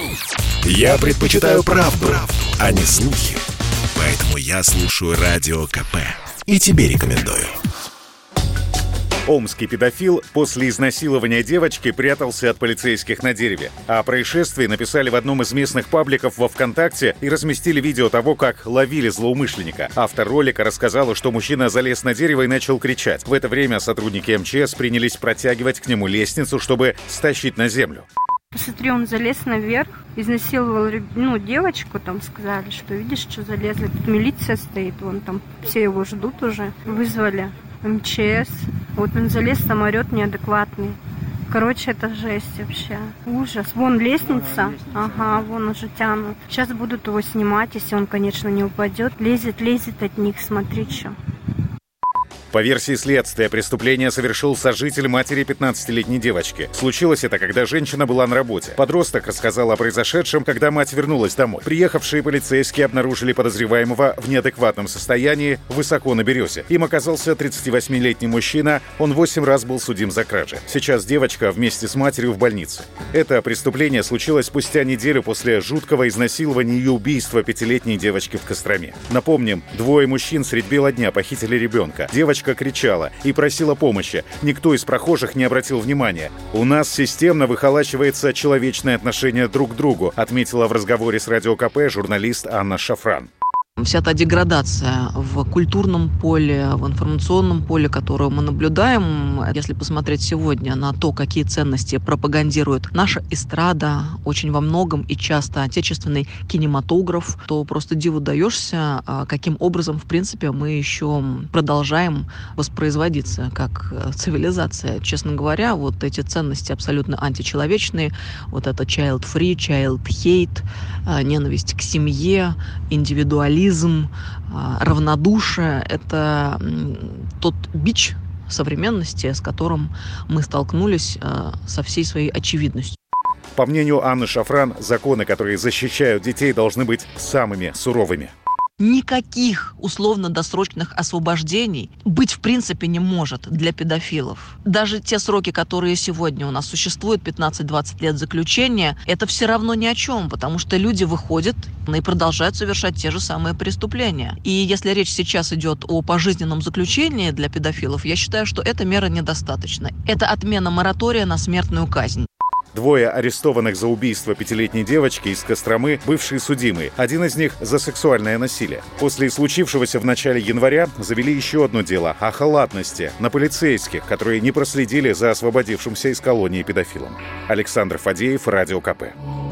Я предпочитаю правду, а не слухи. Поэтому я слушаю Радио КП. И тебе рекомендую. Омский педофил после изнасилования девочки прятался от полицейских на дереве. О происшествии написали в одном из местных пабликов во ВКонтакте и разместили видео того, как ловили злоумышленника. Автор ролика рассказала, что мужчина залез на дерево и начал кричать. В это время сотрудники МЧС принялись протягивать к нему лестницу, чтобы стащить на землю. Посмотри, он залез наверх, изнасиловал девочку, там сказали, что видишь, что залезли. Тут милиция стоит, вон там все его ждут уже. Вызвали МЧС. Вот он залез, там орет неадекватный. Короче, это жесть вообще. Ужас. Вон лестница. Ага, вон уже тянут. Сейчас будут его снимать, если он, конечно, не упадет. Лезет от них, смотри, что. По версии следствия, преступление совершил сожитель матери 15-летней девочки. Случилось это, когда женщина была на работе. Подросток рассказал о произошедшем, когда мать вернулась домой. Приехавшие полицейские обнаружили подозреваемого в неадекватном состоянии высоко на березе. Им оказался 38-летний мужчина, он 8 раз был судим за кражи. Сейчас девочка вместе с матерью в больнице. Это преступление случилось спустя неделю после жуткого изнасилования и убийства 5-летней девочки в Костроме. Напомним, 2 мужчин средь бела дня похитили ребенка. Девочка кричала и просила помощи. Никто из прохожих не обратил внимания. «У нас системно выхолачивается человечное отношение друг к другу», отметила в разговоре с Радио КП журналист Анна Шафран. Вся та деградация в культурном поле, в информационном поле, которую мы наблюдаем, если посмотреть сегодня на то, какие ценности пропагандирует наша эстрада, очень во многом и часто отечественный кинематограф, то просто диву даешься, каким образом, в принципе, мы еще продолжаем воспроизводиться как цивилизация. Честно говоря, вот эти ценности абсолютно античеловечные, вот это child-free, child-hate, ненависть к семье, индивидуализм, равнодушие – это тот бич современности, с которым мы столкнулись со всей своей очевидностью. По мнению Анны Шафран, законы, которые защищают детей, должны быть самыми суровыми. Никаких условно-досрочных освобождений быть в принципе не может для педофилов. Даже те сроки, которые сегодня у нас существуют, 15-20 лет заключения, это все равно ни о чем, потому что люди выходят и продолжают совершать те же самые преступления. И если речь сейчас идет о пожизненном заключении для педофилов, я считаю, что эта мера недостаточна. Это отмена моратория на смертную казнь. 2 арестованных за убийство 5-летней девочки из Костромы – бывшие судимые. Один из них за сексуальное насилие. После случившегося в начале января завели еще одно дело о халатности на полицейских, которые не проследили за освободившимся из колонии педофилом. Александр Фадеев, Радио КП.